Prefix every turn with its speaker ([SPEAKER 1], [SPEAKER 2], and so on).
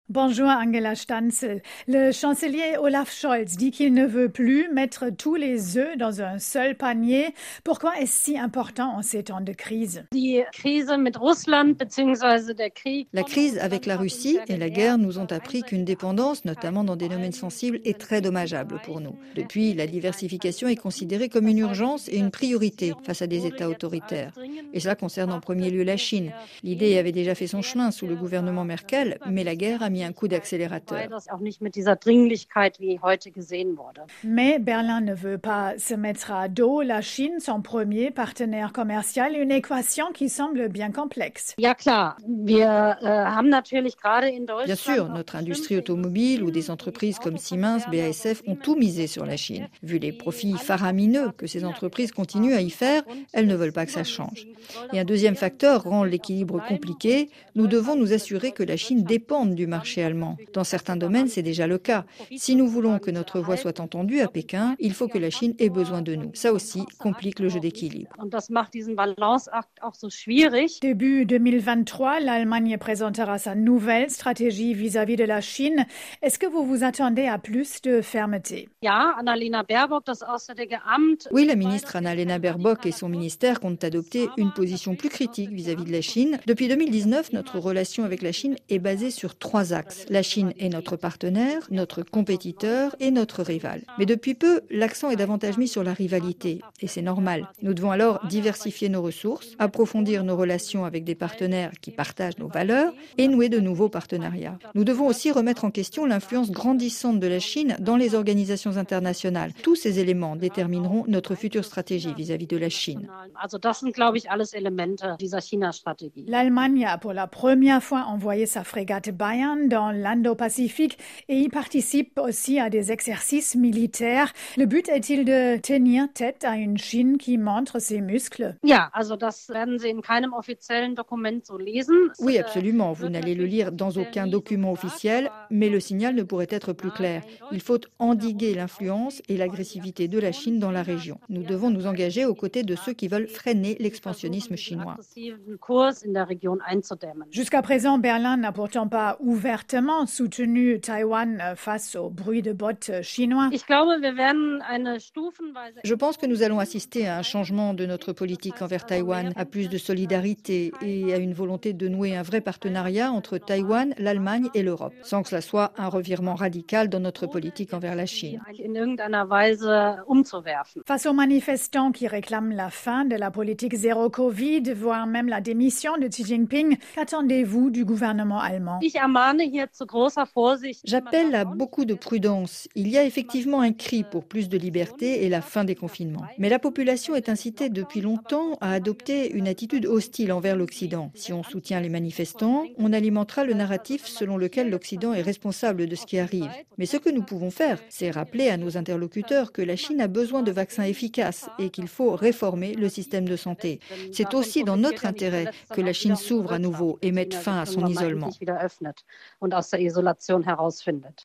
[SPEAKER 1] Bonjour Angela Stanzel. Le chancelier Olaf Scholz dit qu'il ne veut plus mettre tous les œufs dans un seul panier. Pourquoi est-ce si important en ces temps de crise?
[SPEAKER 2] La crise avec la Russie et la guerre nous ont appris qu'une dépendance, notamment dans des domaines sensibles, est très dommageable pour nous. Depuis, la diversification est considérée comme une urgence et une priorité face à des États autoritaires. Et cela concerne en premier lieu la Chine. L'idée avait déjà fait son chemin sous le gouvernement Merkel, mais la guerre a mis un coup d'accélérateur.
[SPEAKER 1] Mais Berlin ne veut pas se mettre à dos la Chine, son premier partenaire commercial, une équation qui semble bien complexe.
[SPEAKER 2] Bien sûr, notre industrie automobile ou des entreprises comme Siemens, BASF ont tout misé sur la Chine. Vu les profits faramineux que ces entreprises continuent à y faire, elles ne veulent pas que ça change. Et un deuxième facteur rend l'équilibre compliqué. Nous devons nous assurer que la Chine dépende du marché allemand. Dans certains domaines, c'est déjà le cas. Si nous voulons que notre voix soit entendue à Pékin, il faut que la Chine ait besoin de nous. Ça aussi complique le jeu d'équilibre.
[SPEAKER 1] Début 2023, l'Allemagne présentera sa nouvelle stratégie vis-à-vis de la Chine. Est-ce que vous vous attendez à plus de fermeté?
[SPEAKER 2] Oui, la ministre Annalena Baerbock et son ministère comptent adopter une position plus critique vis-à-vis de la Chine. Depuis 2019, notre relation avec la Chine est basée sur 3 axes. La Chine est notre partenaire, notre compétiteur et notre rival. Mais depuis peu, l'accent est davantage mis sur la rivalité. Et c'est normal. Nous devons alors diversifier nos ressources, approfondir nos relations avec des partenaires qui partagent nos valeurs et nouer de nouveaux partenariats. Nous devons aussi remettre en question l'influence grandissante de la Chine dans les organisations internationales. Tous ces éléments détermineront notre future stratégie vis-à-vis de la Chine.
[SPEAKER 1] L'Allemagne a pour la première fois envoyé sa frégate Bayern dans l'Indo-Pacifique et y participe aussi à des exercices militaires. Le but est-il de tenir tête à une Chine qui montre ses muscles?
[SPEAKER 2] Oui, absolument. Vous n'allez le lire dans aucun document officiel, mais le signal ne pourrait être plus clair. Il faut endiguer l'influence et l'agressivité de la Chine dans la région. Nous devons nous engager aux côtés de ceux qui veulent freiner l'expansionnisme chinois.
[SPEAKER 1] Jusqu'à présent, Berlin n'a pourtant pas ouvertement soutenu Taïwan face au bruit de bottes chinois.
[SPEAKER 2] Je pense que nous allons assister à un changement de notre politique envers Taïwan, à plus de solidarité et à une volonté de nouer un vrai partenariat entre Taïwan, l'Allemagne et l'Europe, sans que cela soit un revirement radical dans notre politique envers la Chine.
[SPEAKER 1] Face aux manifestants qui réclament la fin de la politique zéro Covid, voire même la démission de Xi Jinping, qu'attendez-vous du gouvernement allemand?
[SPEAKER 2] J'appelle à beaucoup de prudence. Il y a effectivement un cri pour plus de liberté et la fin des confinements. Mais la population est incitée depuis longtemps à adopter une attitude hostile envers l'Occident. Si on soutient les manifestants, on alimentera le narratif selon lequel l'Occident est responsable de ce qui arrive. Mais ce que nous pouvons faire, c'est rappeler à nos interlocuteurs que la Chine a besoin de vaccins efficaces et qu'il faut réformer le système de santé. C'est aussi dans notre intérêt que la Chine s'ouvre à nouveau et mette fin à son isolement.